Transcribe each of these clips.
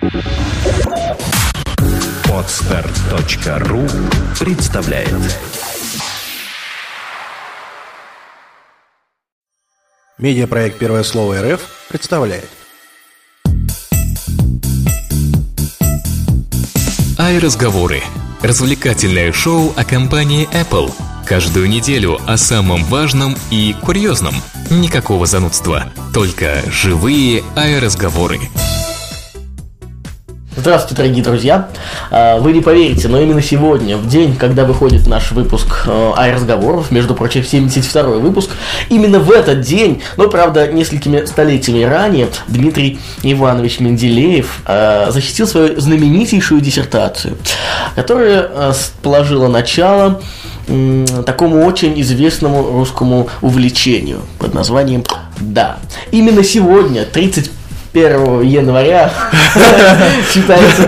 Podstart.ru представляет. Медиапроект «Первое слово РФ» представляет. iRazговоры. Развлекательное шоу о компании Apple. Каждую неделю о самом важном и курьезном. Никакого занудства. Только живые iRazговоры. Здравствуйте, дорогие друзья! Вы не поверите, но именно сегодня, в день, когда выходит наш выпуск iRazговоров, между прочим, 72-й выпуск, именно в этот день, но, правда, несколькими столетиями ранее, Дмитрий Иванович Менделеев защитил свою знаменитейшую диссертацию, которая положила начало такому очень известному русскому увлечению под названием «Да». Именно сегодня, 31 января, считается...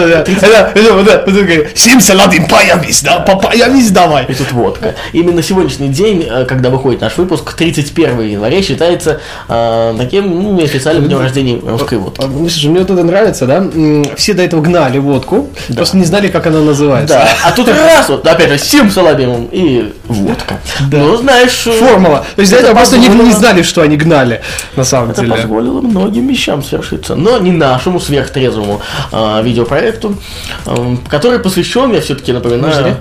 Симсаладин, появись, да? Появись давай. И тут водка. Именно сегодняшний день, когда выходит наш выпуск, 31 января, считается таким неофициальным днем рождения русской водки. Слушай, мне вот это нравится, да? Все до этого гнали водку, просто не знали, как она называется. Да, а тут раз, вот опять же, симсалабимум и водка. Ну, знаешь... Формула. То есть до этого просто не знали, что они гнали, на самом деле. Это позволило многим вещам свершиться, но не нашему сверхтрезвому видеопроекту, который посвящен, я все-таки напоминаю,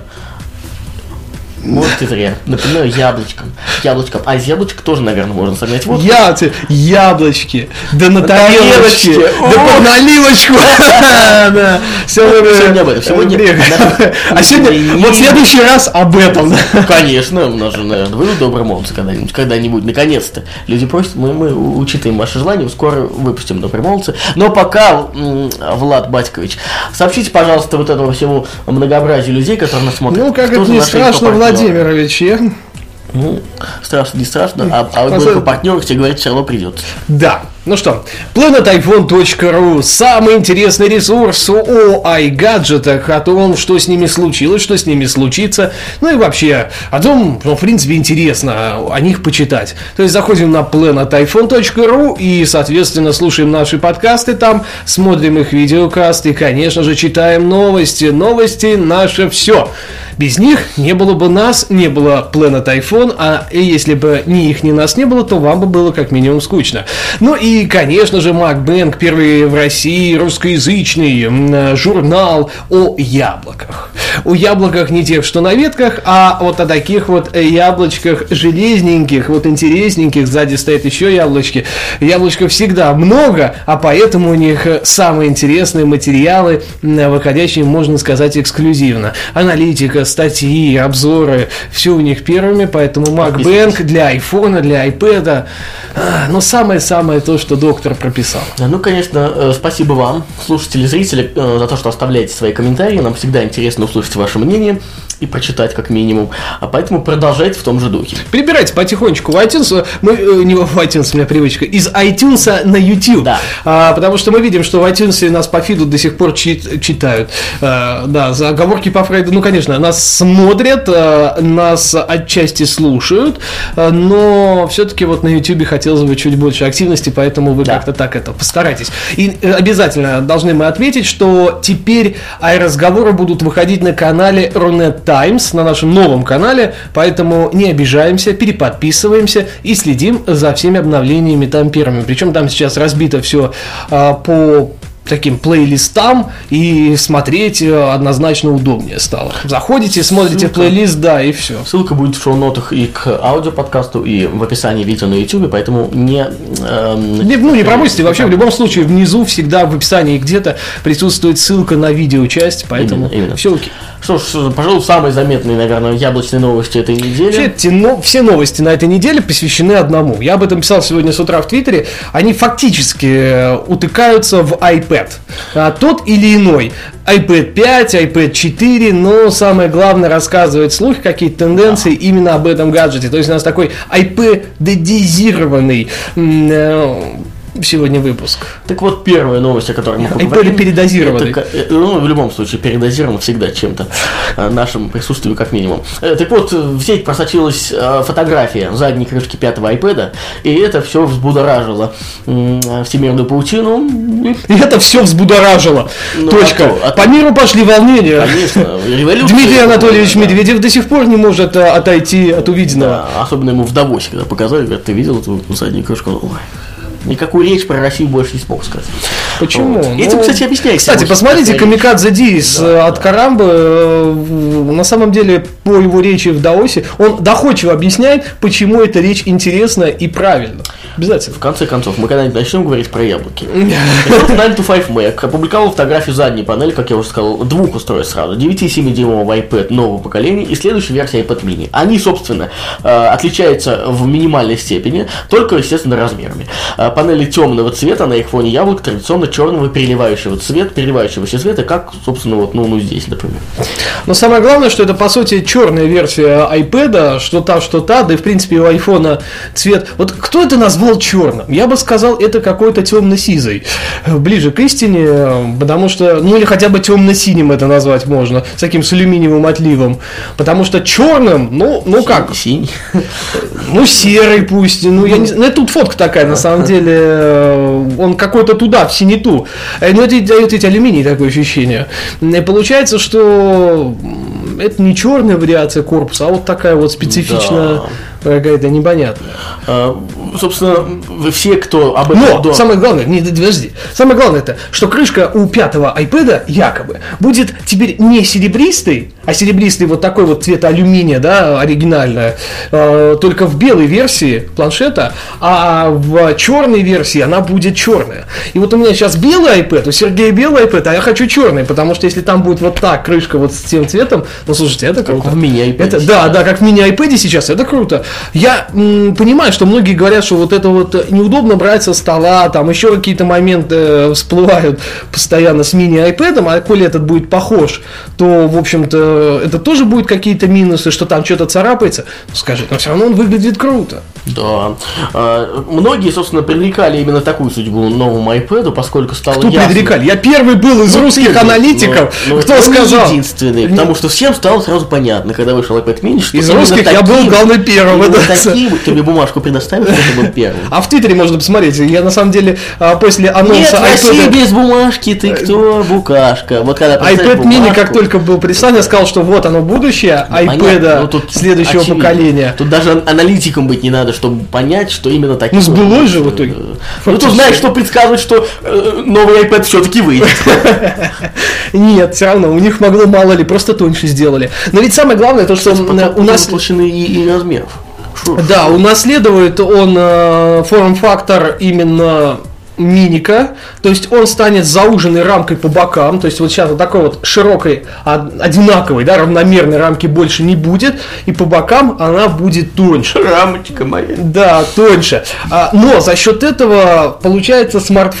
может и зря, напоминаю, яблочкам, а из яблочка тоже, наверное, можно согнать водку. Яблочки, да на тарелочке, да под наливочку. Сегодня об этом, а сегодня, вот в следующий раз об этом. Конечно, у нас же, наверное, выйдут добрые молодцы когда-нибудь, наконец-то. Люди просят, мы учитываем ваше желание, скоро выпустим добрые молодцы. Но пока, Влад Батькович, сообщите, пожалуйста, вот этому всему многообразию людей, которые нас смотрят. Ну, как это не страшно, Владимирович, страшно, не страшно, а вот только партнеры тебе говорят, все равно придется. Да. Ну что, planetiphone.ru – самый интересный ресурс о iGadget'ах, о том, что с ними случилось, что с ними случится, ну и вообще о том, что, в принципе, интересно о них почитать. То есть заходим на planetiphone.ru и, соответственно, слушаем наши подкасты там, смотрим их видеокасты и, конечно же, читаем новости. Новости – наше все. Без них не было бы нас, не было Planet iPhone, а если бы ни их, ни нас не было, то вам бы было как минимум скучно. Ну и, конечно же, MacBank, первый в России русскоязычный журнал о яблоках. О яблоках не тех, что на ветках, а вот о таких вот яблочках железненьких, вот интересненьких, сзади стоят еще яблочки. Яблочков всегда много, а поэтому у них самые интересные материалы, выходящие, можно сказать, эксклюзивно. Аналитика, статьи, обзоры, все у них первыми, поэтому MacBank для айфона, для iPad, но самое-самое то, что доктор прописал. Ну, конечно, спасибо вам, слушатели, зрители, за то, что оставляете свои комментарии. Нам всегда интересно услышать ваше мнение и прочитать как минимум. А поэтому продолжайте в том же духе. Перебирайте потихонечку в iTunes. Не в iTunes, у меня привычка. Из iTunes на YouTube. Да. Потому что мы видим, что в iTunes нас по фиду до сих пор читают. Да, за оговорки по Фрейду. Ну, конечно, нас смотрят, нас отчасти слушают, но все-таки вот на YouTube хотелось бы чуть больше активности, поэтому вы как-то так это постарайтесь. И обязательно должны мы отметить, что теперь iRazговоры будут выходить на канале Рунет Times, на нашем новом канале, поэтому не обижаемся, переподписываемся и следим за всеми обновлениями там первыми. Причем там сейчас разбито все по таким плейлистам, и смотреть однозначно удобнее стало. Заходите, смотрите плейлист, да, и все. Ссылка будет в шоу-нотах и к аудиоподкасту, и в описании видео на YouTube, поэтому не пропустите. Вообще, в любом случае, внизу всегда в описании где-то присутствует ссылка на видеочасть, поэтому именно. Все окей. Что ж, пожалуй, самые заметные, наверное, яблочные новости этой недели. Вообще, все новости на этой неделе посвящены одному. Я об этом писал сегодня с утра в Твиттере. Они фактически утыкаются в iPad. Тот или иной. iPad 5, iPad 4, но самое главное рассказывает слух, какие-то тенденции именно об этом гаджете. То есть у нас такой iPad-дизированный сегодня выпуск. Так вот, первая новость, о которой мы поговорим. iPad передозированы. В любом случае, передозированы всегда чем-то, нашим присутствием как минимум. Так вот, в сеть просочилась фотография задней крышки 5-го iPad, и это все взбудоражило всемирную паутину. И это все взбудоражило. Точка. По миру пошли волнения. Конечно, революция. Дмитрий Анатольевич Медведев до сих пор не может отойти от увиденного. Да, особенно ему в Давосе, когда показали, говорят, ты видел эту заднюю крышку? Ой. Никакую речь про Россию больше не смог сказать. Почему? Вот. Этим, кстати, объясняется. Кстати, посмотрите, Камикадзе Дис от Карамбы, на самом деле, по его речи в Даосе, он доходчиво объясняет, почему эта речь интересна и правильна. Обязательно. В конце концов, мы когда-нибудь начнем говорить про яблоки. 9to5 Mac опубликовал фотографию задней панели, как я уже сказал, двух устройств сразу. 9,7-дюймовый iPad нового поколения и следующая версия iPad mini. Они, собственно, отличаются в минимальной степени, только, естественно, размерами. Панели темного цвета, на их фоне яблок традиционно черного переливающегося цвета, как, собственно, вот, ну здесь, например. Но самое главное, что это, по сути, черная версия iPad, что та, да и, в принципе, у iPhone цвет. Вот кто это назвал черным? Я бы сказал, это какой-то темно-сизый. Ближе к истине, потому что, ну или хотя бы темно-синим это назвать можно, с таким с алюминиевым отливом. Потому что черным, ну как? Синий. Ну, серый пусть. Ну, я не знаю. Тут фотка такая, на самом деле. Он какой-то туда, в синету. Но это дает ведь алюминий, такое ощущение. И получается, что это не черная вариация корпуса, а вот такая вот специфичная, какая-то непонятная. Собственно, все, кто об этом... Но самое главное, подожди. Самое главное это, что крышка у 5-го iPad якобы будет теперь не серебристой, а серебристый вот такой вот цвета алюминия, да, оригинальная, только в белой версии планшета, а в черной версии она будет черная. И вот у меня сейчас белый iPad, у Сергея белый iPad, а я хочу черный, потому что если там будет вот так крышка вот с тем цветом, ну слушайте, это круто. Как в мини-iPad. Да, как в мини-iPad сейчас, это круто. Я понимаю, что многие говорят, что вот это вот неудобно брать со стола, там еще какие-то моменты всплывают постоянно с мини-iPad, а коли этот будет похож, то, в общем-то, это тоже будет какие-то минусы, что там что-то царапается. Скажи, но все равно он выглядит круто. Да. Многие, собственно, предрекали именно такую судьбу новому iPad, поскольку стало Кто ясно. предрекали? Я первый был из русских аналитиков, кто сказал. Не единственный, потому что всем стало сразу понятно, когда вышел iPad mini, что из русских я был, главное, первым. Тебе бумажку предоставил, что ты был первым. А в Твиттере можно посмотреть. Я на самом деле после анонса Нет, iPad... Россия без бумажки, ты кто, букашка. Вот когда iPad mini, как только был представлен, я сказал, что вот оно будущее iPad следующего поколения. Тут даже аналитиком быть не надо, чтобы понять, что именно такие. Ну, сбылось же в итоге. Ну, ты знаешь, что предсказывать, что новый iPad все-таки выйдет. Нет, все равно, у них могло, мало ли, просто тоньше сделали. Но ведь самое главное, то, что у нас... толщины и размеров. Да, унаследует он форм-фактор именно миника, то есть он станет зауженной рамкой по бокам, то есть вот сейчас вот такой вот широкой, одинаковой, да, равномерной рамки больше не будет, и по бокам она будет тоньше. Рамочка моя. Да, тоньше. Но за счет этого получается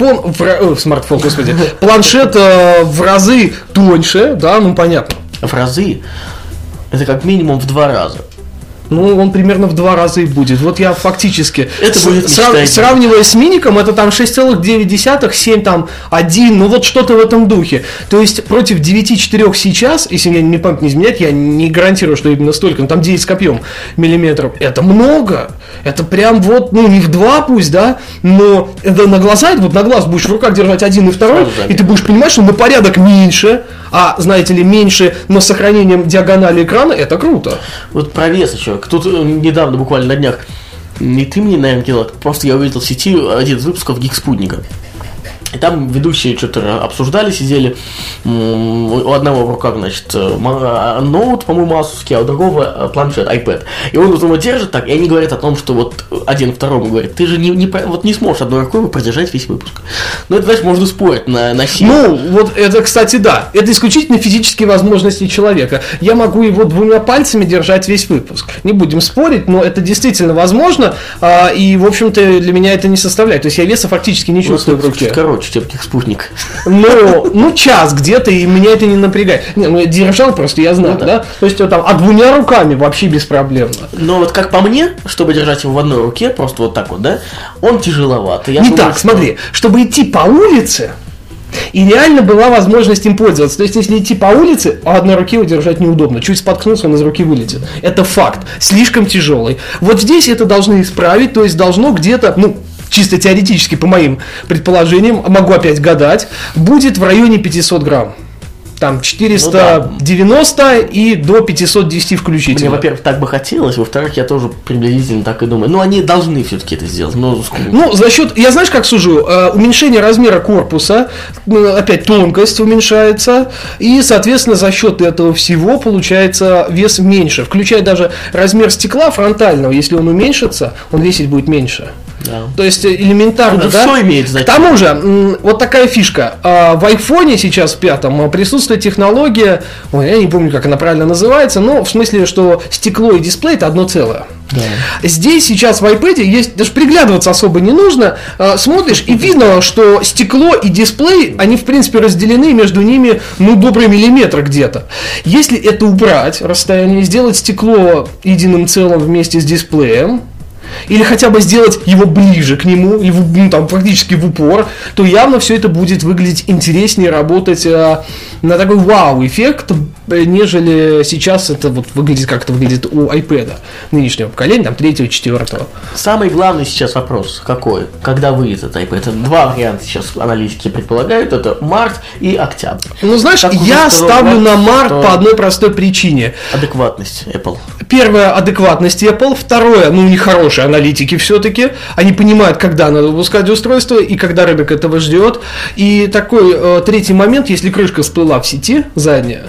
планшет в разы тоньше, да, ну понятно. В разы? Это как минимум в 2 раза. Ну, он примерно в 2 раза и будет. Вот я фактически, это будет сравнивая с миником, это там 6,9, 7, там, 1, ну вот что-то в этом духе. То есть против 9,4 сейчас, если мне память не изменяет, я не гарантирую, что именно столько, но там 9 с копьем миллиметров. Это много. Это прям вот, ну не в 2 пусть, да, но это на глаза, вот на глаз будешь в руках держать 1 и 2, и ты будешь понимать, что на порядок меньше, а, знаете ли, меньше, но с сохранением диагонали экрана, это круто. Вот про вес еще. Тут недавно, буквально на днях, не ты мне, наверное, кидал, просто я увидел в сети один из выпусков Гик-спутника. И там ведущие что-то обсуждали, сидели. У одного в руках, значит, ноут, по-моему, асусский, а у другого планшет, iPad. И он вот его держит так, и они говорят о том, что вот один второму говорит, ты же не сможешь одной рукой продержать весь выпуск. Ну, это, значит, можно спорить на силу. Ну, вот это, кстати, да. Это исключительно физические возможности человека. Я могу его 2 пальцами держать весь выпуск. Не будем спорить, но это действительно возможно. И, в общем-то, для меня это не составляет. То есть я веса фактически не чувствую в руке. Короче. ночь теплых спутник. Ну, час где-то, и меня это не напрягает. Не, ну, я держал просто, я знаю, да? То есть, там, двумя руками вообще беспроблемно. Но вот как по мне, чтобы держать его в одной руке, просто вот так вот, да, он тяжеловат. Смотри, чтобы идти по улице, и реально была возможность им пользоваться. То есть, если идти по улице, а одной руке его держать неудобно. Чуть споткнулся, он из руки вылетит. Это факт. Слишком тяжелый. Вот здесь это должны исправить, то есть должно где-то, чисто теоретически, по моим предположениям, могу опять гадать, будет в районе 500 грамм. Там 490 и до 510 включительно. Мне, во-первых, так бы хотелось, во-вторых, я тоже приблизительно так и думаю. Но они должны все-таки это сделать. За счет, я знаешь, как сужу, уменьшение размера корпуса, опять тонкость уменьшается, и, соответственно, за счет этого всего получается вес меньше, включая даже размер стекла фронтального, если он уменьшится, он весить будет меньше. Да. То есть элементарно, да? Все имеет значение. К тому же, вот такая фишка. В айфоне сейчас, в 5-м, присутствует технология, я не помню, как она правильно называется, но в смысле, что стекло и дисплей – это одно целое. Да. Здесь сейчас в iPad есть, даже приглядываться особо не нужно, смотришь и видно, что стекло и дисплей, они в принципе разделены, между ними добрый миллиметр где-то. Если это убрать расстояние, сделать стекло единым целым вместе с дисплеем, или хотя бы сделать его ближе к нему, или там практически в упор, то явно все это будет выглядеть интереснее, работать на такой вау-эффект, нежели сейчас это вот выглядит, как это выглядит у iPad нынешнего поколения, там 3-го, 4-го. Самый главный сейчас вопрос какой? Когда выйдет этот iPad? Это два варианта сейчас аналитики предполагают, это март и октябрь. Знаешь, я ставлю на март по одной простой причине. Адекватность Apple. Первое, адекватность Apple. Второе, нехорошие аналитики все-таки. Они понимают, когда надо выпускать устройство и когда рынок этого ждет. И такой третий момент, если крышка всплыла в сети задняя,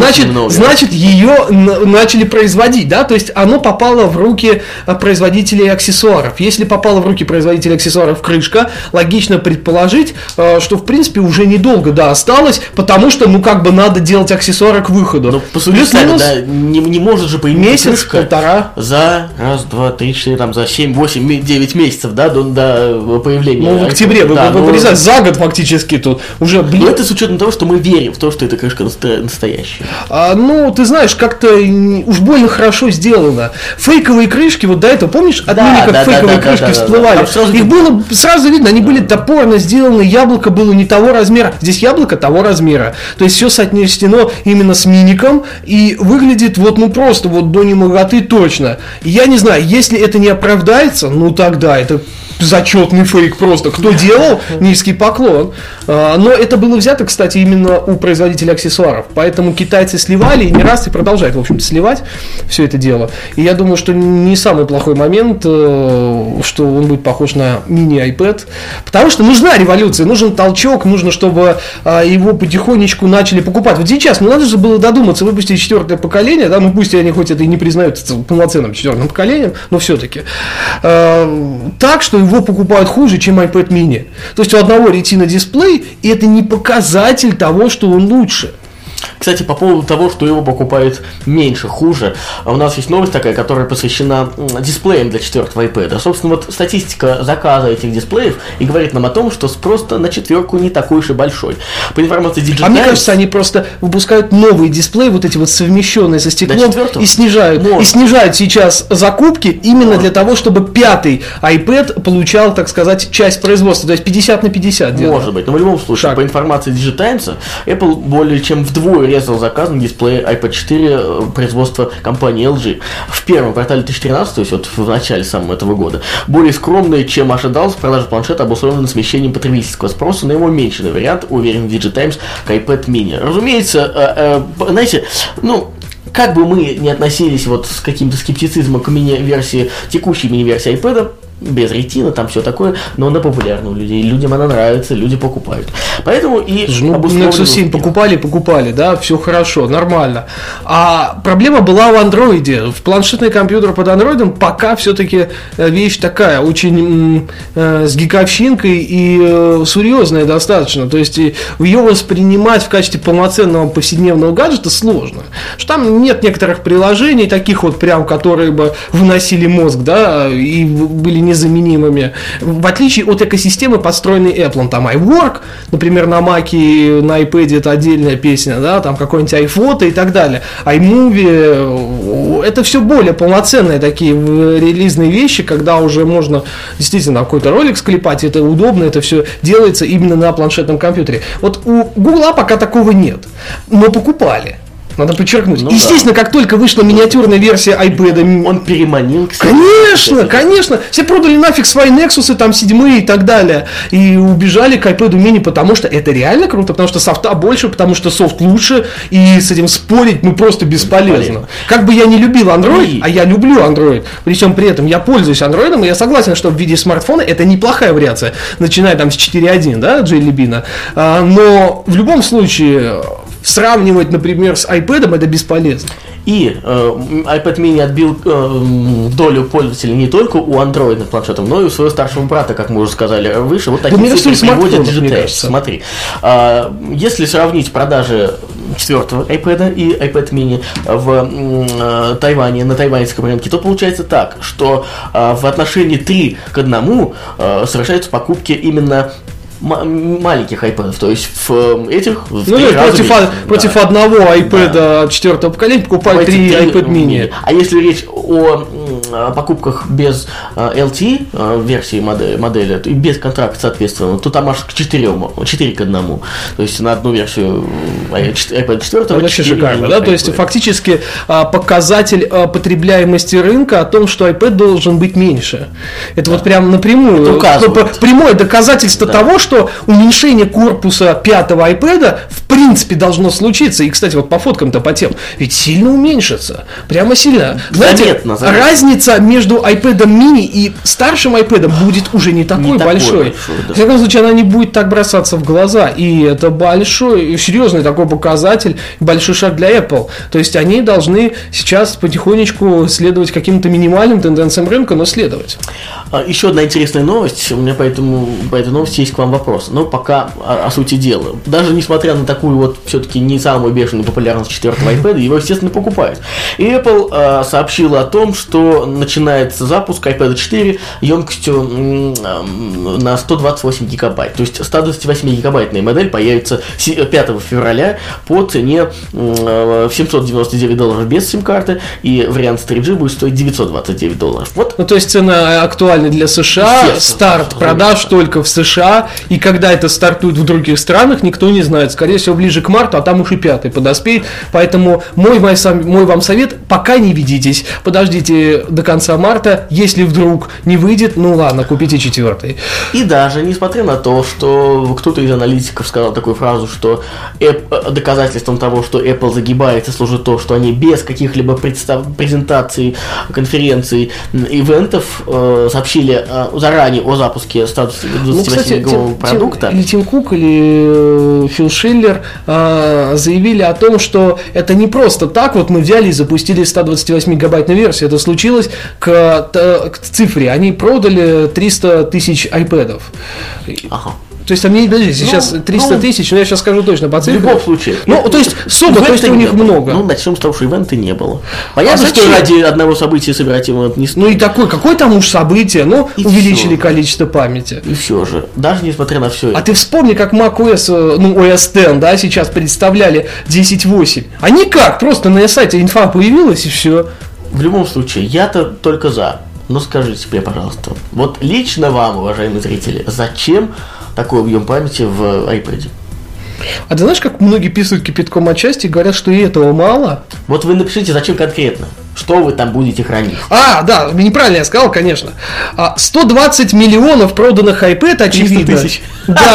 значит ее начали производить, да, то есть оно попало в руки производителей аксессуаров. Если попало в руки производителей аксессуаров крышка, логично предположить, что в принципе уже недолго, да, осталось, потому что, надо делать аксессуары к выходу. Плюс-минус, да, не может же появиться месяц-полтора. За раз, два, три, четыре, там, за 7, 8, 9 месяцев, да, до появления. В октябре, вырезать за год фактически тут уже, Но это с учетом того, что мы верим в то, что эта крышка настоящая. Ты знаешь, как-то уж больно хорошо сделано. Фейковые крышки, вот до этого, помнишь, от как фейковые крышки всплывали? Их было сразу видно, они были топорно сделаны, яблоко было не того размера, здесь яблоко того размера. То есть все соотнесено именно с миником и выглядит просто до немоготы точно. И я не знаю, если это не оправдается, тогда это зачетный фейк просто. Кто делал, низкий поклон. Но это было взято, кстати, именно у производителей аксессуаров. Поэтому китайцы сливали и не раз и продолжают, в общем-то, сливать все это дело. И я думаю, что не самый плохой момент, что он будет похож на мини-iPad. Потому что нужна революция, нужен толчок, нужно, чтобы его потихонечку начали покупать. Вот сейчас, надо же было додуматься, выпустить 4-е поколение, да, пусть они хоть это и не признают полноценным 4-м поколением, но все-таки. Так, что его покупают хуже, чем iPad mini. То есть у одного Retina дисплей, и это не показатель того, что он лучше. Кстати, по поводу того, что его покупают меньше, хуже, у нас есть новость такая, которая посвящена дисплеям для 4-го iPad. Собственно, статистика заказа этих дисплеев и говорит нам о том, что спрос на 4-ку не такой уж и большой. По информации Digital мне кажется, они просто выпускают новые дисплеи, эти совмещенные со стеклом, и снижают сейчас закупки именно для того, чтобы 5-й iPad получал, так сказать, часть производства, то есть 50/50 делают. Может быть, но в любом случае, по информации Digital Times, Apple более чем вдвое резал заказ на дисплее iPad 4 производства компании LG. В первом квартале 2013, то есть в начале самого этого года, более скромные, чем ожидалось, продажа планшета обусловлена смещением потребительского спроса на его уменьшенный вариант, уверен Digital Times, к iPad mini. Разумеется, знаете, как бы мы ни относились с каким-то скептицизмом к мини-версии, текущей мини-версии iPad, без ретина, там все такое, но она популярна у людей, людям она нравится, люди покупают. Поэтому и Nexus 7 покупали, да, все хорошо, нормально. А проблема была в андроиде. В планшетный компьютер под андроидом пока все-таки вещь такая, очень с гиковщинкой и серьезная достаточно. То есть ее воспринимать в качестве полноценного повседневного гаджета сложно. Что там нет некоторых приложений, таких прям, которые бы выносили мозг, да, и были незаменимыми. В отличие от экосистемы, построенной Apple. Там iWork, например, на Mac'е, на iPad это отдельная песня, да, там какой-нибудь iPhoto и так далее. iMovie, это все более полноценные такие релизные вещи, когда уже можно действительно какой-то ролик склепать, это удобно, это все делается именно на планшетном компьютере. Вот у Гугла пока такого нет, но покупали. Надо подчеркнуть. Ну, естественно, да. Как только вышла миниатюрная версия iPad, он переманил. Конечно. Все продали нафиг свои Nexus, там 7 и так далее. И убежали к iPad mini, потому что это реально круто, потому что софта больше, потому что софт лучше, и с этим спорить просто бесполезно. Как бы я не любил Android, а я люблю Android, причем при этом я пользуюсь Android, и я согласен, что в виде смартфона это неплохая вариация, начиная там с 4.1, да, Jelly Bean. Но в любом случае сравнивать, например, с iPad это бесполезно. И iPad mini отбил долю пользователей не только у андроидных планшетов, но и у своего старшего брата, как мы уже сказали выше. Вот такие цифры приводят Digitech. Смотри, если сравнить продажи 4-го iPad и iPad mini в Тайване, на тайваньском рынке, то получается так, что в отношении 3 к 1 совершаются покупки именно маленьких iPad, то есть в этих против одного iPad 4-го поколения покупают 3 iPad mini. А если речь о покупках без LTE версии модели, и без контракта, соответственно, то там аж 4 к 1. То есть на одну версию iPad 4 это вообще шикарно, да? То есть фактически показатель потребляемости рынка о том, что iPad должен быть меньше. Это вот прям напрямую прямое доказательство того, что уменьшение корпуса 5-го iPad в принципе должно случиться. И, кстати, вот по фоткам-то по тем, ведь сильно уменьшится. Прямо сильно. Знаете, разница между iPad mini и старшим iPad будет уже не такой большой. В всяком случае, она не будет так бросаться в глаза. И это большой, серьезный такой показатель, большой шаг для Apple. То есть они должны сейчас потихонечку следовать каким-то минимальным тенденциям рынка, но следовать. Еще одна интересная новость. У меня по этой новости есть к вам вопрос. Но пока о сути дела. Даже несмотря на такую вот все-таки не самую бешеную популярность 4-го iPad, его, естественно, покупают. И Apple сообщила о том, что начинается запуск iPad 4 емкостью на 128 гигабайт. То есть 128 гигабайтная модель появится 5 февраля по цене в $799 без сим-карты, и вариант с 3G будет стоить $929. Вот. Ну, то есть цена актуальна для США, старт продаж только в США, и когда это стартует в других странах, никто не знает. Скорее всего, ближе к марту, а там уж и 5-й подоспеет. Поэтому мой вам совет: пока не ведитесь, подождите до конца марта. Если вдруг не выйдет, ну ладно, купите 4-й. И даже несмотря на то, что кто-то из аналитиков сказал такую фразу, что доказательством того, что Apple загибается, служит то, что они без каких-либо презентаций, конференций, ивентов сообщили заранее о запуске 128-гигового продукта. Или Тим Кук, или Фил Шиллер заявили о том, что это не просто так, вот мы взяли и запустили 128-гигабайтную версию. Это случилось к цифре. Они продали 300 тысяч iPad'ов. Ага. То есть, подождите, сейчас 300 тысяч, но я сейчас скажу точно по цифре. В любом случае. Ну, то есть, сумма, то есть у них много. Ну, начнем с того, что ивента не было. Понятно, что ради одного события собирать ивент не стоит. Ну, и какое там уж событие, ну, увеличили количество памяти. И все же, даже несмотря на все это. А ты вспомни, как macOS, OS X, да, сейчас представляли 10.8. А никак, просто на сайте инфа появилась и все. В любом случае, я-то только за. Но скажите мне, пожалуйста, вот лично вам, уважаемые зрители, зачем такой объем памяти в iPad? А ты знаешь, как многие писают кипятком отчасти и говорят, что и этого мало? Вот вы напишите, зачем конкретно. Что вы там будете хранить? Да, неправильно я сказал, конечно. 120 миллионов проданных iPad, очевидно. 300 тысяч.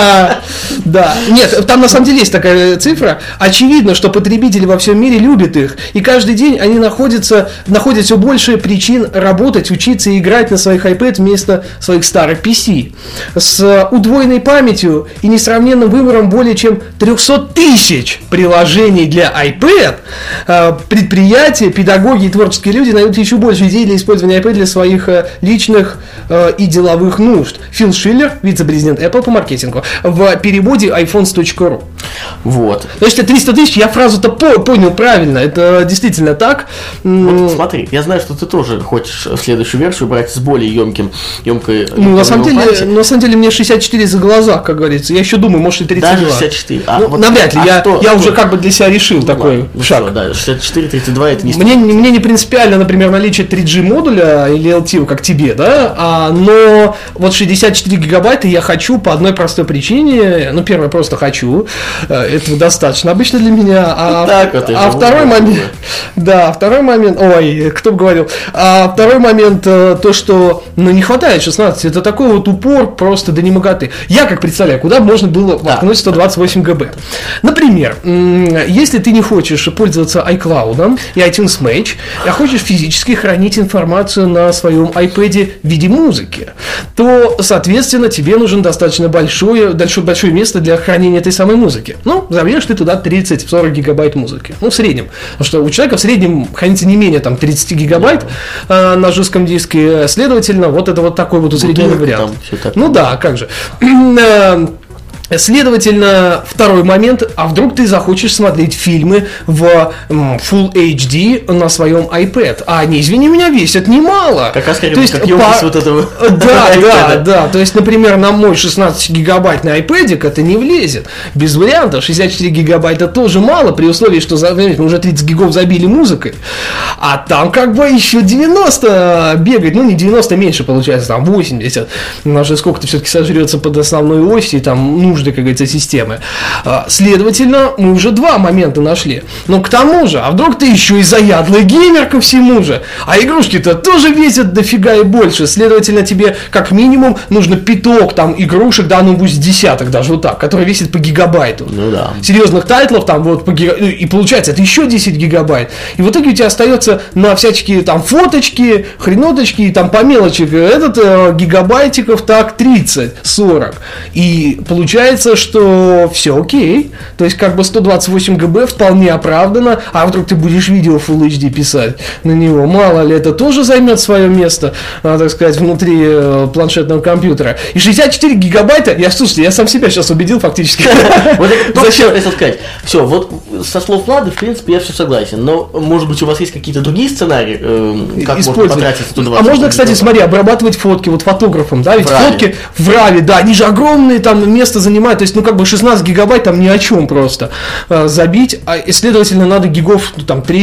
Да. Нет, там на самом деле есть такая цифра. Очевидно, что потребители во всем мире любят их. И каждый день они находят все больше причин работать, учиться и играть на своих iPad вместо своих старых PC. С удвоенной памятью и несравненным выбором более чем 300 тысяч приложений для iPad предприятия, педагоги и творческие творческие люди найдут еще больше идей для использования iPad для своих личных и деловых нужд. Фил Шиллер, вице-президент Apple по маркетингу, в переводе iPhones.ru. Вот. Значит, 300 тысяч, я фразу-то понял правильно, это действительно так. Вот смотри, я знаю, что ты тоже хочешь следующую версию брать с более емкой. Ну, на самом деле, мне 64 за глаза, как говорится. Я еще думаю, может и 32. Даже 64. Вот навряд ли, я уже как бы для себя решил такой шаг. Все, да, 64, 32 это не мне не принципиально, например, наличие 3G модуля или LTE, как тебе, да, но вот 64 гигабайта я хочу по одной простой причине. Ну, первое, просто хочу. Этого достаточно обычно для меня. Второй момент, ой, кто бы говорил. Второй момент, то, что, не хватает 16, это такой вот упор просто до немоготы. Я как представляю, куда можно было воткнуть 128 ГБ. Например, если ты не хочешь пользоваться iCloud и iTunes Match, а хочешь физически хранить информацию на своем iPad в виде музыки, то, соответственно, тебе нужно достаточно большое место для хранения этой самой музыки. Ну, забьешь ты туда 30-40 гигабайт музыки. Ну, в среднем. Потому что у человека в среднем хранится не менее 30 гигабайт на жестком диске. Следовательно, вот это вот такой вот усредненный вариант. Ну да, как же. Следовательно, второй момент, а вдруг ты захочешь смотреть фильмы в Full HD на своем iPad, а они, извини меня, весят немало. Как раз как емкость вот этого. Да, то есть, например, на мой 16 гигабайтный iPad это не влезет, без вариантов, 64 гигабайта тоже мало, при условии, что мы уже 30 гигов забили музыкой, а там как бы еще 90 бегать, не 90, меньше получается, там 80, потому что сколько-то все-таки сожрется под основной осью, и там нужды, как говорится, системы. Следовательно, мы уже два момента нашли. Но к тому же, а вдруг ты еще и заядлый геймер ко всему же, а игрушки-то тоже весят дофига и больше. Следовательно, тебе как минимум нужно пяток там игрушек, пусть десяток даже вот так, которые весят по гигабайту. Ну да. Серьезных тайтлов там вот по гигабайту. И получается, это еще 10 гигабайт. И в итоге у тебя остается на всяческие там фоточки, хреноточки и там по мелочи гигабайтиков так 30-40. И получается, что все окей, то есть как бы 128 ГБ вполне оправдано, а вдруг ты будешь видео Full HD писать на него, мало ли, это тоже займет свое место, так сказать, внутри планшетного компьютера. И 64 гигабайта, я сам себя сейчас убедил фактически. Зачем это сказать? Все, вот со слов Влады, в принципе, я все согласен, но, может быть, у вас есть какие-то другие сценарии, как можно потратить 120 А можно, кстати, смотри, обрабатывать фотки вот фотографом, да, ведь фотки в RAW, да, они же огромные, там место занимают, то есть, 16 гигабайт там ни о чем просто забить, а, следовательно, надо гигов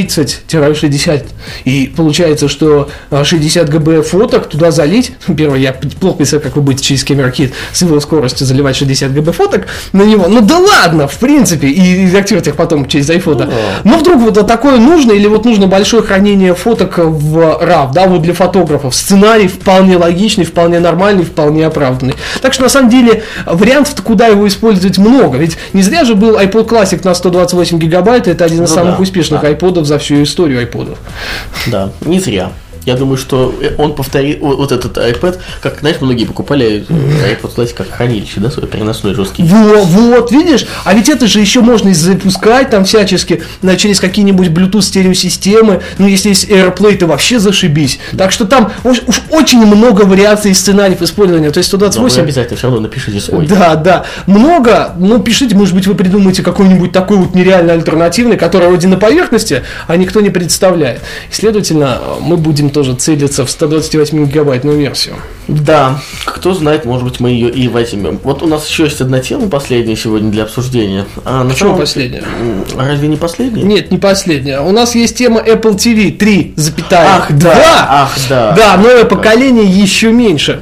30-60, и получается, что 60 ГБ фоток туда залить, первое, я плохо представляю, как вы будете через Camera Kit с его скоростью заливать 60 ГБ фоток на него, да ладно, в принципе, и редактировать их потом через iPhone, но вдруг вот такое нужно, или вот нужно большое хранение фоток в RAW, да, вот для фотографов, сценарий вполне логичный, вполне нормальный, вполне оправданный, так что, на самом деле, вариантов, куда его использовать, много, ведь не зря же был iPod Classic на 128 гигабайт, это один из самых успешных iPod'ов за всю историю iPod'ов. Да, не зря. Я думаю, что он повторит вот этот iPad, как, знаешь, многие покупали iPod Classic как хранилище, да, свой переносной жесткий. Вот, видишь, а ведь это же еще можно и запускать там всячески через какие-нибудь Bluetooth стереосистемы, если есть AirPlay, то вообще зашибись. Так что там уж очень много вариаций и сценариев использования, то есть 128... Но вы обязательно все равно напишите свой. Да, много, пишите, может быть, вы придумаете какой-нибудь такой вот нереально альтернативный, который вроде на поверхности, а никто не представляет. И, следовательно, мы будем тоже целиться в 128 гигабайтную версию. Да, кто знает, может быть, мы ее и возьмем. Вот у нас еще есть одна тема последняя сегодня для обсуждения. Почему последняя? Разве не последняя? Нет, не последняя. У нас есть тема Apple TV 3,2. Ах, да. Да, новое поколение еще меньше.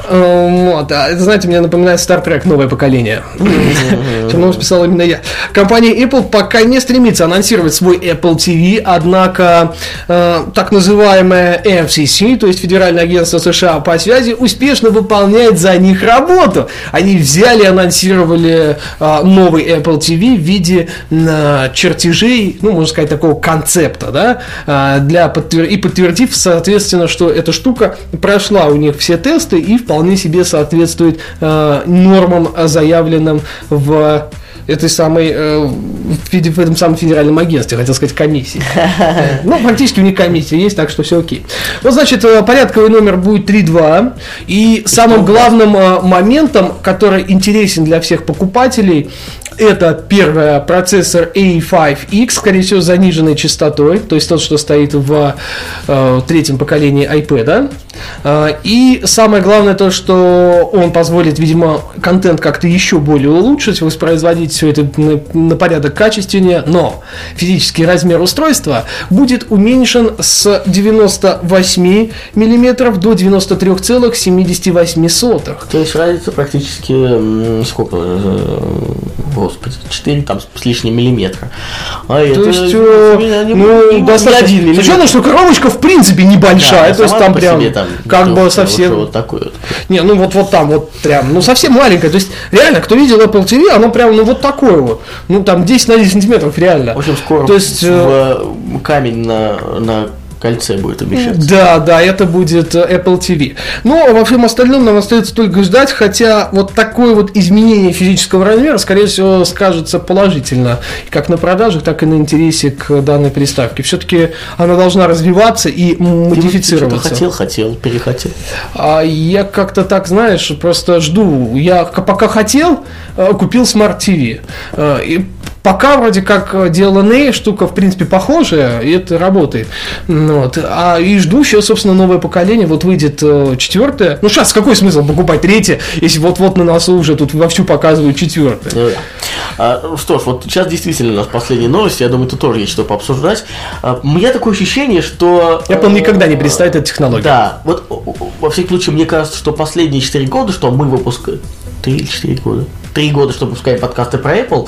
Это, знаете, мне напоминает Star Trek новое поколение. Чем списал именно я. Компания Apple пока не стремится анонсировать свой Apple TV, однако так называемая FCC, то есть Федеральное агентство США по связи, успешно выполняет за них работу. Они взяли и анонсировали новый Apple TV в виде чертежей, можно сказать, такого концепта, да, и подтвердив, соответственно, что эта штука прошла у них все тесты и вполне себе соответствует нормам, заявленным в этой самой, в этом самом федеральном агентстве, хотел сказать, комиссии. Ну, фактически у них комиссия есть, так что все окей. Вот, значит, порядковый номер будет 3.2, и самым главным моментом, который интересен для всех покупателей, это первое, процессор A5X, скорее всего, с заниженной частотой, то есть тот, что стоит в третьем поколении iPad. И самое главное то, что он позволит, видимо, контент как-то еще более улучшить, воспроизводить все это на порядок качественнее, но физический размер устройства будет уменьшен с 98 мм до 93,78. То есть разница практически сколько? Господи, 4 там с лишним миллиметра. То есть, достаточно. С учетом, что коробочка в принципе небольшая, то есть там прям как бы совсем. Вот такой вот. Не, ну вот там вот прям, ну совсем маленькая. То есть реально, кто видел Apple TV, оно прям, ну вот такое вот. Ну там 10 на 10 сантиметров реально. В общем, скоро то есть, камень на кольце будет умещаться. Да, это будет Apple TV. Но во всем остальном нам остается только ждать, хотя вот такое вот изменение физического размера, скорее всего, скажется положительно, как на продажах, так и на интересе к данной приставке. Все-таки она должна развиваться и модифицироваться. Хотел, перехотел. А я как-то так, знаешь, просто жду. Я пока хотел, купил Smart TV. И пока вроде как DLNA штука в принципе похожая, и это работает. Вот. И жду сейчас, собственно, новое поколение. Вот выйдет 4-е. Ну сейчас какой смысл покупать 3-е, если вот-вот на носу уже тут вовсю показывают 4-е. Что ж, вот сейчас действительно у нас последние новости. Я думаю, тут тоже есть что пообсуждать. У меня такое ощущение, что Apple никогда не представит эту технологию. Да, вот во всяком случае, мне кажется, что последние 4 года, что мы выпускаем 3 или 4 года. 3 года, что выпускаем подкасты про Apple,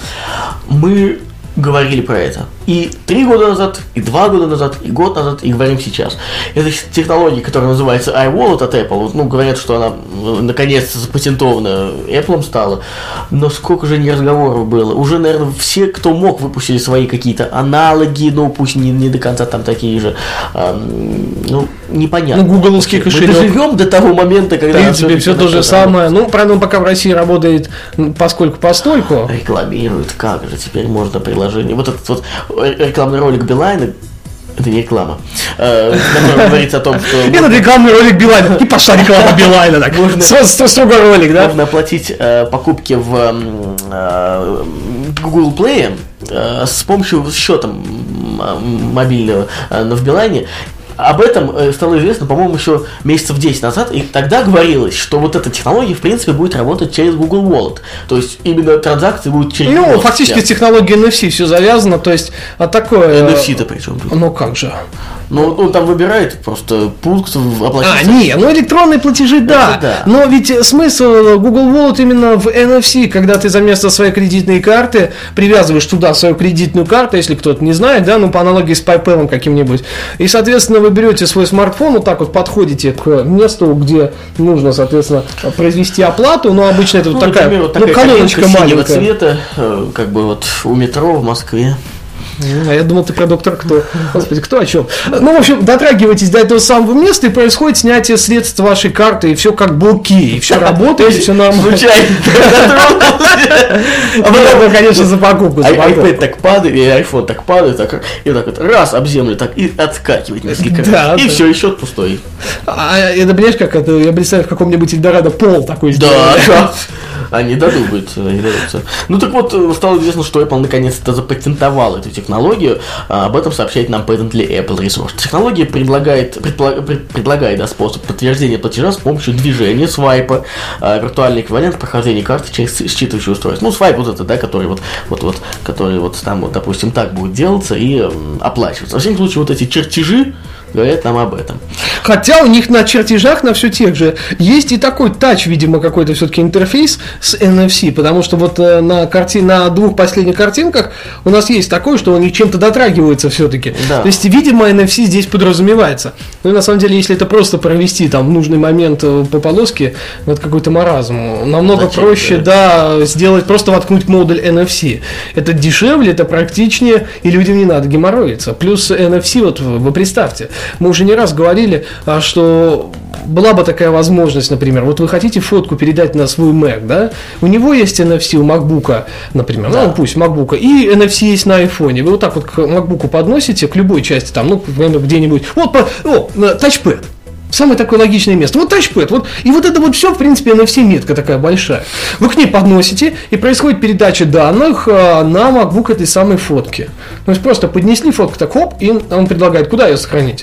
мы говорили про это. И 3 года назад, и 2 года назад, и год назад, и говорим сейчас. Это технология, которая называется iWallet от Apple. Ну, говорят, что она наконец-то запатентована Apple стала. Но сколько же не разговоров было. Уже, наверное, все, кто мог, выпустили свои какие-то аналоги, ну, пусть не до конца там такие же. Ну, непонятно. Ну, гугловский кошелек. Мы доживем до того момента, когда... В принципе, все то же самое. Ну, правда, он пока в России работает поскольку-постольку. Рекламируют, как же теперь можно приложение. Вот этот вот рекламный ролик Билайна, это не реклама, в котором говорится о том, что... Этот рекламный ролик Билайна, и пошла реклама Билайна, так, строго ролик, да? Можно оплатить покупки в Google Play с помощью счета мобильного в Билайне. Об этом стало известно, по-моему, еще месяцев 10 назад, и тогда говорилось, что вот эта технология, в принципе, будет работать через Google Wallet. То есть, именно транзакции будут через Google Wallet. Ну, фактически с технологией NFC все завязано, то есть, такое... NFC-то причем тут? Ну, как же? Ну, он там выбирает просто пункт оплатить. Ну электронные платежи, да. Но ведь смысл Google Wallet именно в NFC, когда ты за место своей кредитной карты привязываешь туда свою кредитную карту, если кто-то не знает, да, ну по аналогии с PayPal каким-нибудь. И, соответственно, вы берете свой смартфон, вот так вот подходите к месту, где нужно, соответственно, произвести оплату, но обычно это вот такая, например, вот такая колоночка маленькая. Цвета, как бы вот у метро в Москве. А я думал, ты про доктора кто? Господи, кто о чем? Ну, в общем, дотрагивайтесь до этого самого места, и происходит снятие средств вашей карты, и все как бы окей, и все работает, и все нормально. Случайно. А потом, конечно, за покупку. iPad так падает, и iPhone так падает, и так вот раз об землю, так и отскакивает несколько раз. И все, и счет пустой. Это, понимаешь, как это, я представляю, в каком-нибудь Эльдорадо пол такой сделали. Да, они дадутся. Ну так вот, стало известно, что Apple наконец-то запатентовал эту технологию. Об этом сообщает нам Patently Apple Resource. Технология предлагает способ подтверждения платежа с помощью движения, свайпа, виртуальный эквивалент прохождения карты через считывающее устройство. Ну, свайп вот это, да, который который вот там, вот, допустим, так будет делаться и оплачиваться. Во всяком случае, вот эти чертежи говорят нам об этом. Хотя у них на чертежах, на все тех же, есть и такой тач, видимо, какой-то все-таки интерфейс с NFC, потому что вот на двух последних картинках у нас есть такое, что они чем-то дотрагиваются все-таки. Да. То есть, видимо, NFC здесь подразумевается. Ну и на самом деле, если это просто провести там в нужный момент по полоске, это какой-то маразм. Намного проще, сделать, просто воткнуть модуль NFC. Это дешевле, это практичнее, и людям не надо геморроиться. Плюс NFC, вот вы представьте, мы уже не раз говорили, что была бы такая возможность, например, вот вы хотите фотку передать на свой Mac, да, у него есть NFC, у MacBook, например, ну, пусть MacBook, и NFC есть на iPhone, вы вот так вот к MacBook подносите, к любой части, там, ну, где-нибудь, тачпэд. Самое такое логичное место. Вот тачпэд. Вот, и вот это вот все, в принципе, NFC-метка такая большая. Вы к ней подносите, и происходит передача данных на MacBook этой самой фотки. То есть просто поднесли фотку, так хоп, и он предлагает, куда ее сохранить.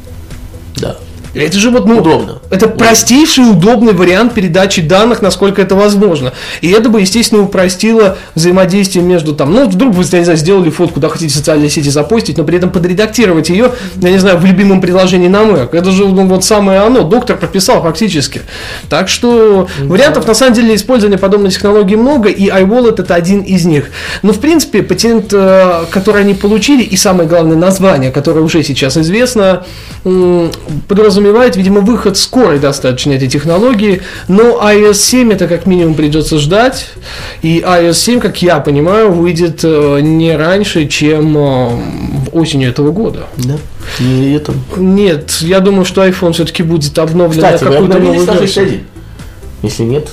Да. Это же вот, удобно. Это простейший, удобный вариант передачи данных, насколько это возможно. И это бы, естественно, упростило взаимодействие между там, ну, вдруг вы, я не знаю, сделали фотку, да, хотите в социальные сети запостить, но при этом подредактировать ее, я не знаю, в любимом приложении на Mac. Это же вот самое оно, доктор прописал фактически. Так что вариантов, на самом деле, использования подобной технологии много, и iWallet это один из них. Но, в принципе, патент, который они получили, и самое главное, название, которое уже сейчас известно, подразумевает, видимо, выход скорый достаточно этой технологии, но iOS 7 это как минимум придется ждать, и iOS 7, как я понимаю, выйдет не раньше, чем осенью этого года. Да? Не это? Нет, я думаю, что iPhone все-таки будет обновлен на какую-то новую версию. Если нет,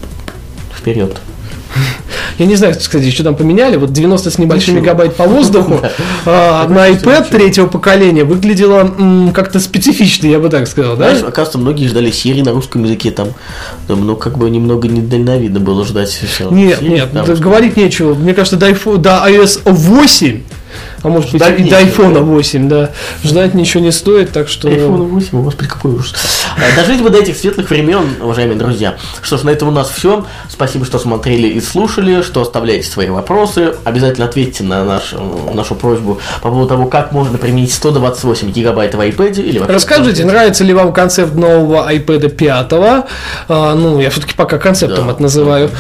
вперед. Я не знаю, кстати, что там поменяли. Вот 90 с небольшим мегабайт по воздуху на iPad третьего поколения выглядело как-то специфично, я бы так сказал. Знаешь, оказывается, многие ждали Siri на русском языке там. Ну, как бы немного недальновидно было ждать. Нет, говорить нечего. Мне кажется, до iOS 8, а может быть и до iPhone 8, да, ждать ничего не стоит, так что... iPhone 8, господи, какой ужас. Дожить бы до этих светлых времен, уважаемые друзья. Что ж, на этом у нас все. Спасибо, что смотрели и слушали, что оставляете свои вопросы. Обязательно ответьте на нашу просьбу по поводу того, как можно применить 128 гигабайт в iPad. Или расскажите, нравится ли вам концепт нового iPad 5? Ну, я все-таки пока концептом это называю.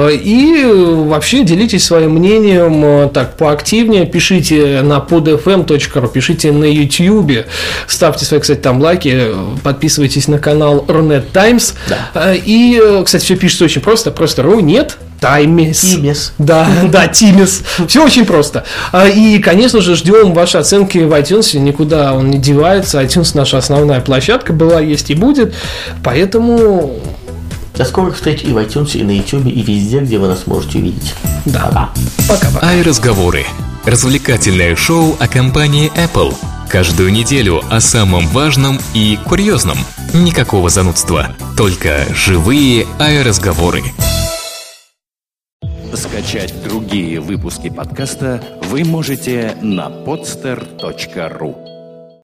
И вообще делитесь своим мнением так поактивнее, пишите на podfm.ru, пишите на YouTube, ставьте свои, кстати, там лайки, подписывайтесь на канал Рунет Таймс. Да. И, кстати, все пишется очень просто Рунет Таймс. Да, Тимес. Все очень просто. И, конечно же, ждем ваши оценки в iTunes. Никуда он не девается. iTunes наша основная площадка была, есть и будет. Поэтому... До скорых встреч и в iTunes, и на YouTube, и везде, где вы нас можете увидеть. Да. Пока. iRazговоры. Развлекательное шоу о компании Apple. Каждую неделю о самом важном и курьезном. Никакого занудства. Только живые iRazговоры. Скачать другие выпуски подкаста вы можете на podster.ru.